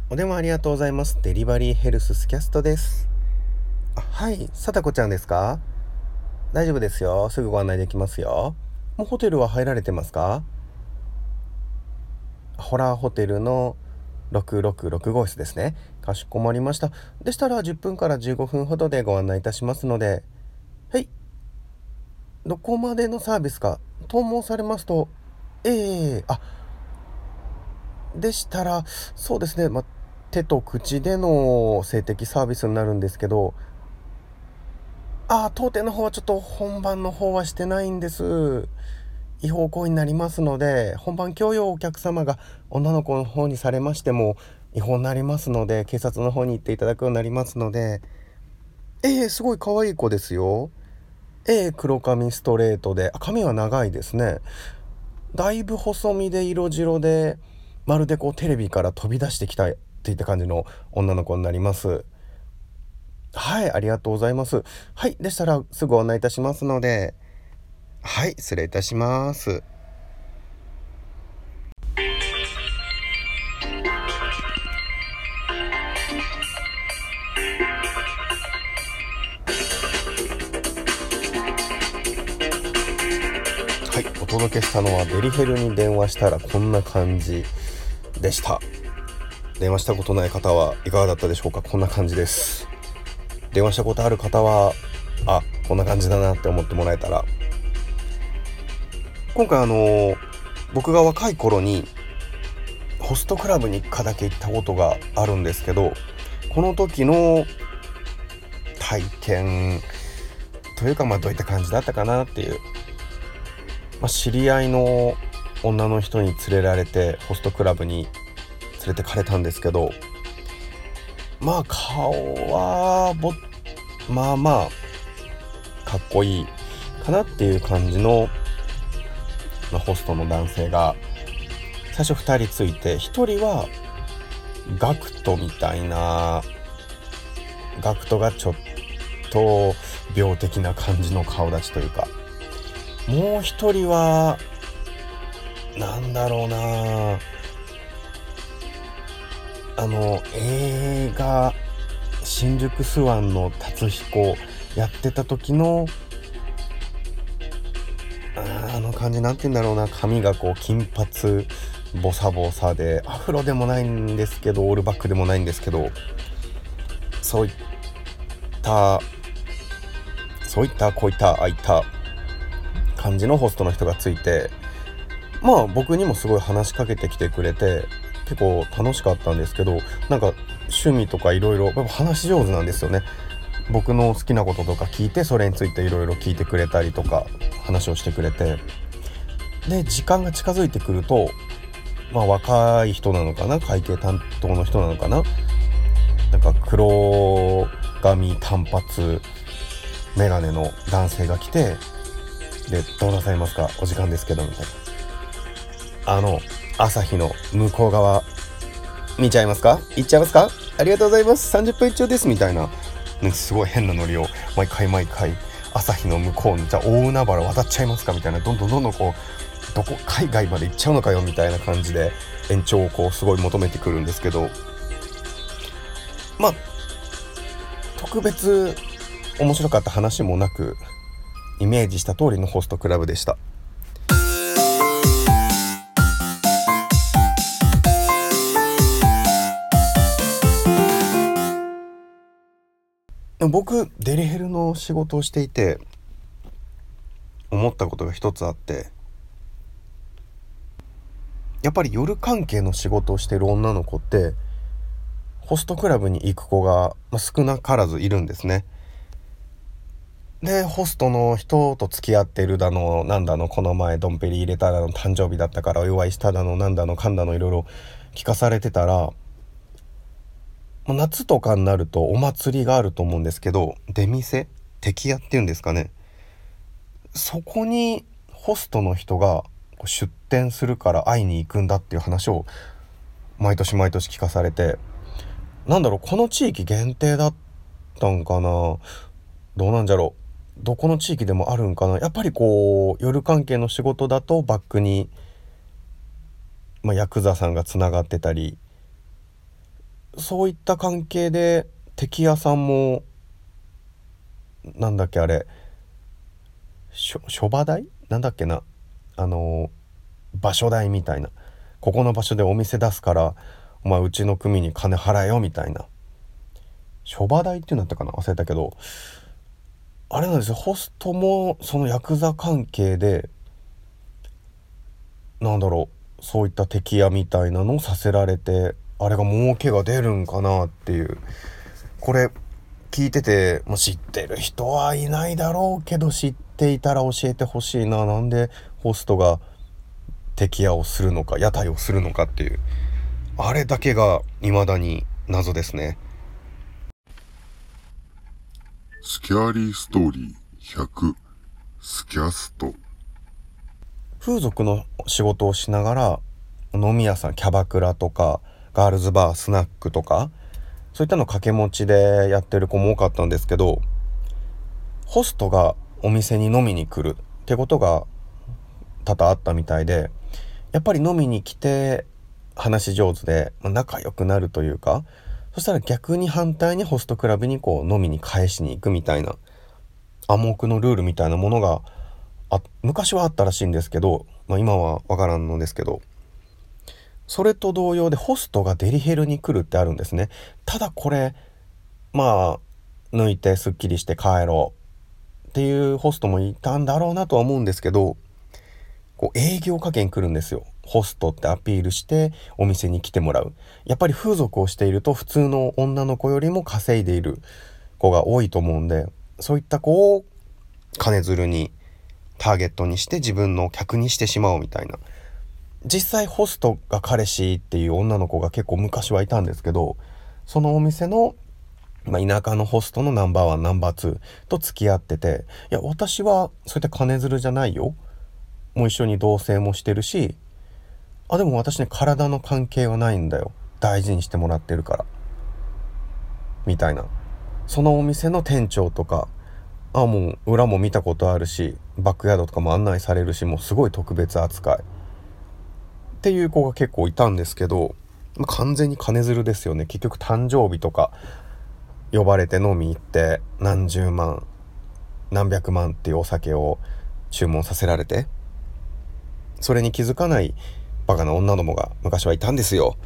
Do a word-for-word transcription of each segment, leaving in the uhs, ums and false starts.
お電話ありがとうございます。デリバリーヘルススキャストです。あ、はい、さたこちゃんですか？大丈夫ですよ。すぐご案内できますよ。もうホテルは入られてますか？ホラーホテルのろくろくろく号室ですね。かしこまりました。でしたらじゅっぷんからじゅうごふんほどでご案内いたしますので。はい、どこまでのサービスかと申されますと、ええあ、でしたら、そうですね、ま、手と口での性的サービスになるんですけど、ああ、当店の方はちょっと本番の方はしてないんです。違法行為になりますので、本番強要をお客様が女の子の方にされましても違法になりますので、警察の方に行っていただくようになりますので。ええ、すごい可愛い子ですよ。ええ、黒髪ストレートで、あ、髪は長いですね。だいぶ細身で色白で、まるでこうテレビから飛び出してきたっていった感じの女の子になります。はい、ありがとうございます。はい、でしたらすぐお案内いたしますので。はい、失礼いたします。はい、お届けしたのはデリヘルに電話したらこんな感じでした。電話したことない方はいかがだったでしょうか？こんな感じです。電話したことある方は、あ、こんな感じだなって思ってもらえたら。今回あのー、僕が若い頃にホストクラブにいっかだけ行ったことがあるんですけど、この時の体験というか、まあどういった感じだったかなっていう、まあ、知り合いの女の人に連れられてホストクラブに連れてかれたんですけど、まあ顔はぼまあまあかっこいいかなっていう感じの、まあ、ホストの男性が最初ふたりついて、ひとりはガクトみたいな、ガクトがちょっと病的な感じの顔立ちというか、もう一人はなんだろうな、あの映画新宿スワンの達彦やってた時のああの感じ、なんて言うんだろうな、髪がこう金髪ボサボサで、アフロでもないんですけどオールバックでもないんですけど、そういったそういったこういったああいった感じのホストの人がついて、まあ僕にもすごい話しかけてきてくれて結構楽しかったんですけど、なんか趣味とかいろいろ話し上手なんですよね。僕の好きなこととか聞いて、それについていろいろ聞いてくれたりとか話をしてくれて、で時間が近づいてくると、まあ若い人なのかな、会計担当の人なのかな、なんか黒髪短髪メガネの男性が来て、でどうなさいますか、お時間ですけどみたいな、あの朝日の向こう側見ちゃいますか、行っちゃいますか、ありがとうございます、さんじゅっぷん一丁ですみたいな、なんかすごい変なノリを毎回毎回、朝日の向こうにじゃあ大海原渡っちゃいますかみたいな、どんどんどんどんこうどこ海外まで行っちゃうのかよみたいな感じで延長をこうすごい求めてくるんですけど、まあ特別面白かった話もなく、イメージした通りのホストクラブでした。僕デリヘルの仕事をしていて思ったことが一つあって、やっぱり夜関係の仕事をしている女の子ってホストクラブに行く子が、まあ、少なからずいるんですね。でホストの人と付き合ってるだのなんだの、この前ドンペリ入れただの、誕生日だったからお祝いしただの、なんだのかんだのいろいろ聞かされてたら、もう夏とかになるとお祭りがあると思うんですけど、出店敵屋っていうんですかね、そこにホストの人が出店するから会いに行くんだっていう話を毎年毎年聞かされて、なんだろう、この地域限定だったんかな、どうなんじゃろう、どこの地域でもあるんかな。やっぱりこう夜関係の仕事だとバックに、まあ、ヤクザさんがつながってたり、 そういった関係で敵屋さんもなんだっけあれしょ諸場代なんだっけな、あの場所代みたいな、ここの場所でお店出すからお前うちの組に金払えよみたいな、諸場代っていうんだったかな、忘れたけど、あれなんですよ。ホストもそのヤクザ関係でなんだろう、そういった敵屋みたいなのをさせられて、あれが儲けが出るんかなっていう。これ聞いてて、もう知ってる人はいないだろうけど、知っていたら教えてほしいな。なんでホストが敵屋をするのか、屋台をするのかっていう、あれだけが未だに謎ですね。 スキャーリーストーリーひゃくスキャスト。 風俗の仕事をしながら飲み屋さん、キャバクラとかガールズバー、スナックとかそういったの掛け持ちでやってる子も多かったんですけど、ホストがお店に飲みに来るってことが多々あったみたいで、やっぱり飲みに来て話し上手で仲良くなるというか、そしたら逆に反対にホストクラブにこう飲みに返しに行くみたいな暗黙のルールみたいなものがあ昔はあったらしいんですけど、まあ、今はわからんのですけど、それと同様でホストがデリヘルに来るってあるんですね。ただこれまあ抜いてすっきりして帰ろうっていうホストもいたんだろうなとは思うんですけど、こう営業かけに来るんですよ。ホストってアピールしてお店に来てもらう。やっぱり風俗をしていると普通の女の子よりも稼いでいる子が多いと思うんで、そういった子を金づるにターゲットにして自分の客にしてしまおうみたいな。実際ホストが彼氏っていう女の子が結構昔はいたんですけど、そのお店の、まあ、田舎のホストのナンバーワンナンバーツーと付き合ってて、いや私はそういった金づるじゃないよ、もう一緒に同棲もしてるし、あでも私ね体の関係はないんだよ、大事にしてもらってるからみたいな。そのお店の店長とか、あもう裏も見たことあるしバックヤードとかも案内されるし、もうすごい特別扱いっていう子が結構いたんですけど、まあ、完全に金づるですよね。結局誕生日とか呼ばれて飲み行って何十万何百万っていうお酒を注文させられて、それに気づかないバカな女どもが昔はいたんですよ。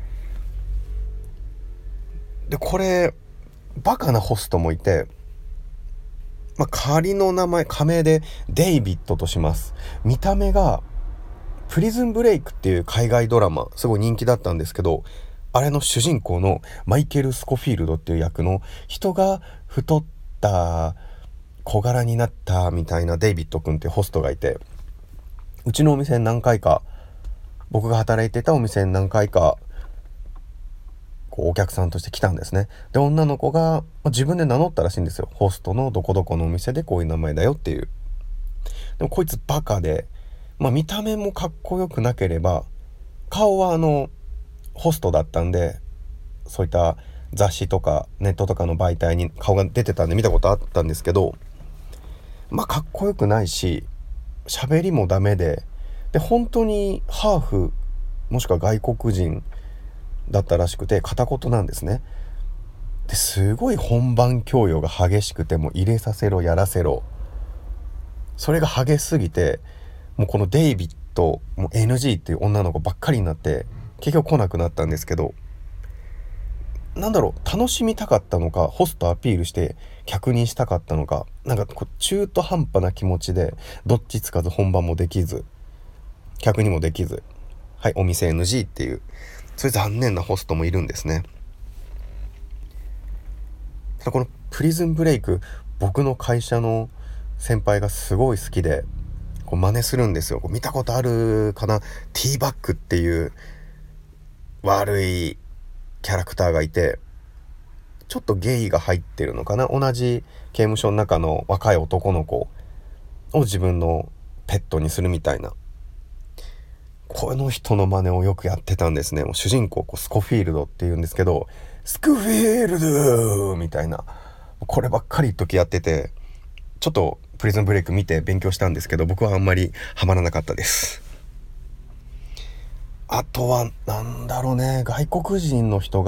でこれバカなホストもいて、まあ、仮の名前仮名でデイビッドとします。見た目がプリズンブレイクっていう海外ドラマすごい人気だったんですけど、あれの主人公のマイケル・スコフィールドっていう役の人が太った小柄になったみたいなデイビッド君っていうホストがいて、うちのお店に何回か、僕が働いてたお店に何回かこうお客さんとして来たんですね。で女の子が自分で名乗ったらしいんですよ。ホストのどこどこのお店でこういう名前だよっていう。でもこいつバカで、まあ見た目もかっこよくなければ、顔はあのホストだったんで、そういった雑誌とかネットとかの媒体に顔が出てたんで見たことあったんですけど、まあかっこよくないし喋りもダメで、で本当にハーフもしくは外国人だったらしくて片言なんですね。ですごい本番教養が激しくて、もう入れさせろやらせろ、それが激しすぎて、もうこのデイビッドもう エヌジー っていう女の子ばっかりになって結局来なくなったんですけど、なんだろう、楽しみたかったのかホストアピールして客にしたかったのか、なんかこう中途半端な気持ちでどっちつかず本番もできず客にもできず、はいお店 エヌジー っていう、そういう残念なホストもいるんですね。このプリズンブレイク、僕の会社の先輩がすごい好きでこう真似するんですよ。こう見たことあるかな、ティーバッグっていう悪いキャラクターがいて、ちょっとゲイが入ってるのかな、同じ刑務所の中の若い男の子を自分のペットにするみたいな、この人の真似をよくやってたんですね。もう主人公こうスコフィールドっていうんですけど、スコフィールドみたいな、こればっかり一時やってて、ちょっとプリズンブレイク見て勉強したんですけど、僕はあんまりハマらなかったです。あとはなんだろうね、外国人の人が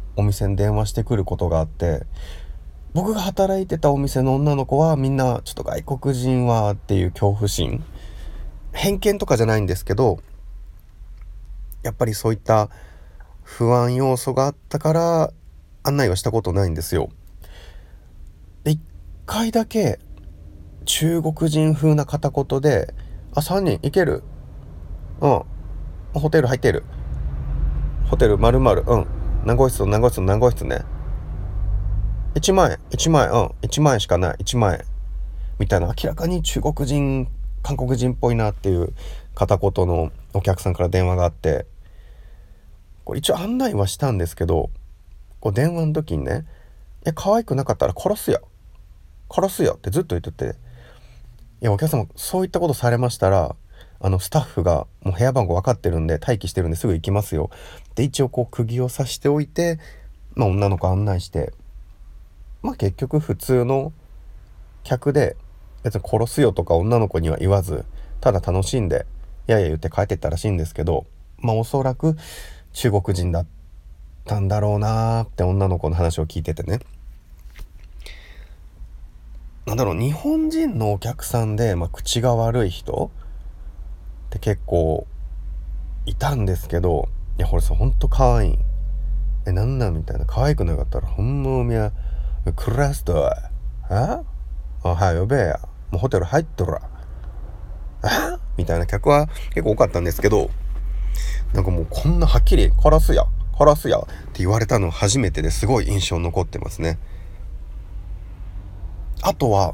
お店に電話してくることがあって、僕が働いてたお店の女の子はみんなちょっと外国人はっていう恐怖心、偏見とかじゃないんですけど、やっぱりそういった不安要素があったから案内はしたことないんですよ。で、一回だけ中国人風な片言で、あ、さんにん行ける、うん、ホテル入ってる、ホテル〇〇、うん、何号室の何号室の何号室ね、いちまん円、いちまん円、うん、いちまん円しかない、いちまん円みたいな、明らかに中国人韓国人っぽいなっていう片言のお客さんから電話があって、これ一応案内はしたんですけど、こう電話の時にね、え、可愛くなかったら殺すよ殺すよってずっと言ってて、いやお客様そういったことされましたら、あのスタッフがもう部屋番号分かってるんで待機してるんですぐ行きますよで、一応こう釘を刺しておいて、まあ女の子案内して、まあ結局普通の客で、別に殺すよとか女の子には言わず、ただ楽しんでやや言って帰ってったらしいんですけど、まあおそらく中国人だったんだろうなーって女の子の話を聞いててね、なんだろう、日本人のお客さんで、まあ、口が悪い人って結構いたんですけど、いやこれさほんと可愛い、えなんなんみたいな、可愛くなかったらほんまおみやクラストああはい呼べや、もうホテル入っとらあみたいな客は結構多かったんですけど、なんかもうこんなはっきり殺すや殺すやって言われたの初めてですごい印象残ってますね。あとは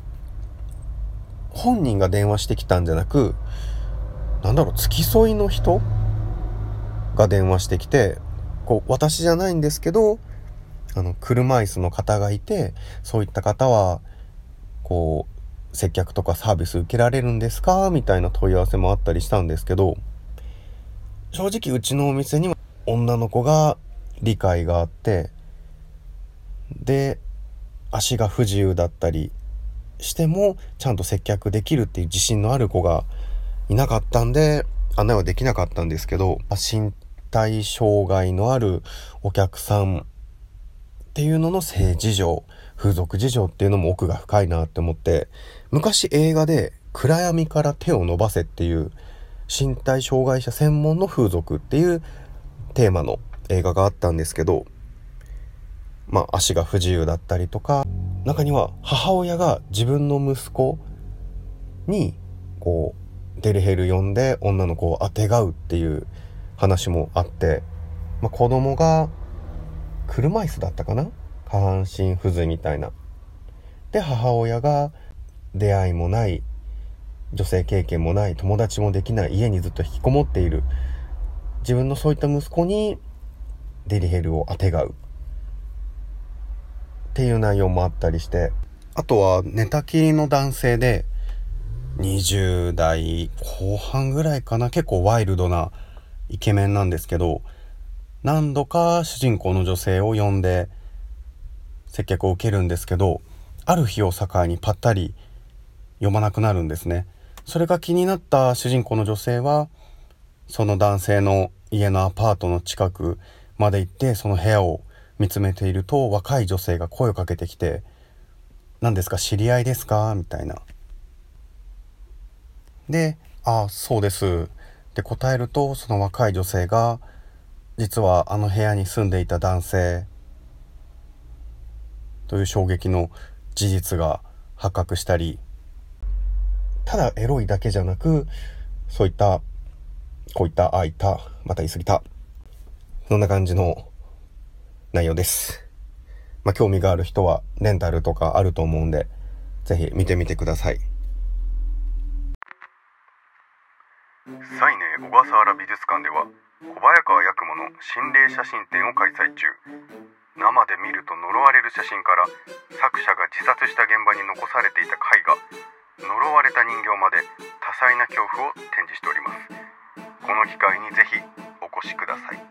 本人が電話してきたんじゃなく、なんだろう、付き添いの人が電話してきて、こう私じゃないんですけど、あの車椅子の方がいて、そういった方はこう接客とかサービス受けられるんですかみたいな問い合わせもあったりしたんですけど、正直うちのお店には女の子が理解があって、で足が不自由だったりしてもちゃんと接客できるっていう自信のある子がいなかったんで案内はできなかったんですけど、身体障害のあるお客さんっていうのの性事情、風俗事情っていうのも奥が深いなって思って、昔映画で暗闇から手を伸ばせっていう身体障害者専門の風俗っていうテーマの映画があったんですけど、まあ足が不自由だったりとか、中には母親が自分の息子にこうデリヘル呼んで女の子をあてがうっていう話もあって、まあ、子供が車椅子だったかな、下半身不随みたいなで、母親が出会いもない女性経験もない友達もできない家にずっと引きこもっている自分のそういった息子にデリヘルをあてがうっていう内容もあったりして、あとは寝たきりの男性でにじゅう代後半ぐらいかな、結構ワイルドなイケメンなんですけど、何度か主人公の女性を呼んで接客を受けるんですけど、ある日を境にぱったり呼ばなくなるんですね。それが気になった主人公の女性はその男性の家のアパートの近くまで行って、その部屋を見つめていると若い女性が声をかけてきて、何ですか知り合いですかみたいな。で、あ、そうですって答えると、その若い女性が実はあの部屋に住んでいた男性という衝撃の事実が発覚したり、ただエロいだけじゃなく、そういったこういったああいったまた言い過ぎたそんな感じの内容です。まあ興味がある人はレンタルとかあると思うんで、ぜひ見てみてください。 サイネ小笠原美術館では小早川八雲の心霊写真展を開催中。生で見ると呪われる写真から作者が自殺した現場に残されていた絵画、呪われた人形まで多彩な恐怖を展示しております。この機会にぜひお越しください。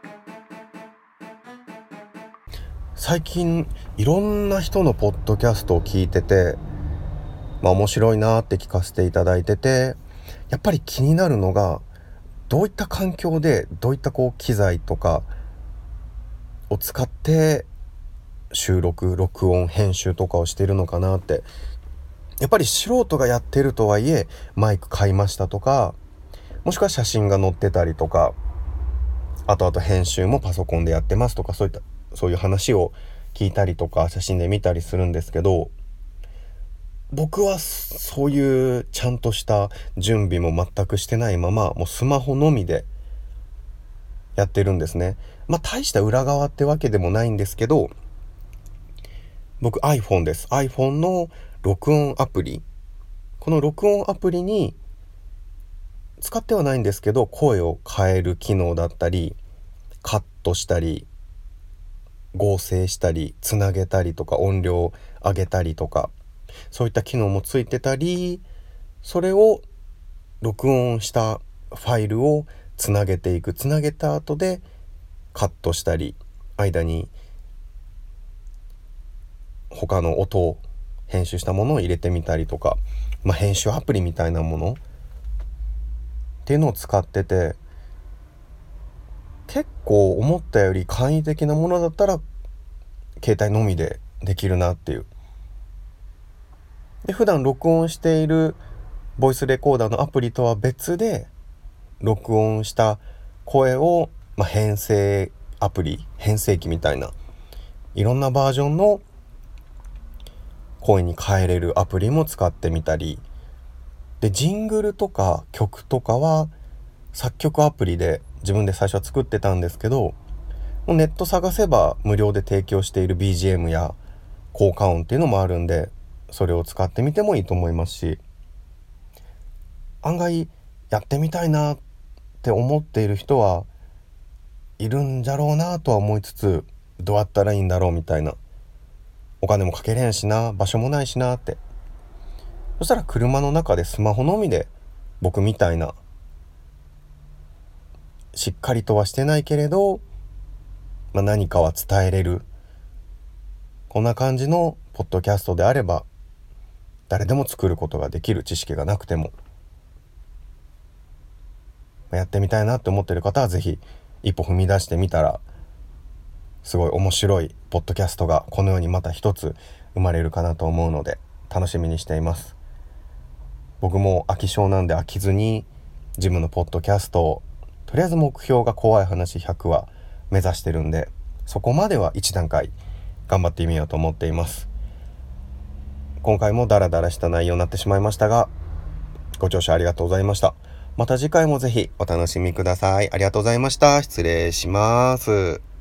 最近いろんな人のポッドキャストを聞いてて、まあ面白いなって聞かせていただいてて、やっぱり気になるのが、どういった環境でどういったこう機材とかを使って収録録音編集とかをしてるのかなって。やっぱり素人がやってるとはいえマイク買いましたとか、もしくは写真が載ってたりとか、あとあと編集もパソコンでやってますとか、そういったそういう話を聞いたりとか写真で見たりするんですけど、僕はそういうちゃんとした準備も全くしてないまま、もうスマホのみでやってるんですね。まあ大した裏側ってわけでもないんですけど、僕 iPhone です。iPhone の録音アプリ、この録音アプリに使ってはないんですけど、声を変える機能だったり、カットしたり合成したりつなげたりとか、音量を上げたりとか、そういった機能もついてたり、それを録音したファイルをつなげていく、つなげた後でカットしたり、間に他の音を編集したものを入れてみたりとか、まあ、編集アプリみたいなものっていうのを使ってて、結構思ったより簡易的なものだったら携帯のみでできるなっていう。で、普段録音しているボイスレコーダーのアプリとは別で録音した声を、まあ、編成アプリ、編成器みたいないろんなバージョンの声に変えれるアプリも使ってみたりで、ジングルとか曲とかは作曲アプリで自分で最初は作ってたんですけど、もうネット探せば無料で提供している ビージーエム や効果音っていうのもあるんで、それを使ってみてもいいと思いますし、案外やってみたいなって思っている人はいるんじゃろうなとは思いつつ、どうやったらいいんだろうみたいな、お金もかけれんしな、場所もないしなって。そしたら車の中でスマホのみで僕みたいなしっかりとはしてないけれど、まあ、何かは伝えれる、こんな感じのポッドキャストであれば誰でも作ることができる、知識がなくても。やってみたいなって思ってる方はぜひ一歩踏み出してみたら、すごい面白いポッドキャストがこのようにまた一つ生まれるかなと思うので楽しみにしています。僕も飽き性なんで飽きずに自分のポッドキャストを、とりあえず目標が怖い話ひゃくは目指してるんで、そこまでは一段階頑張ってみようと思っています。今回もダラダラした内容になってしまいましたが、ご聴取ありがとうございました。また次回もぜひお楽しみください。ありがとうございました。失礼します。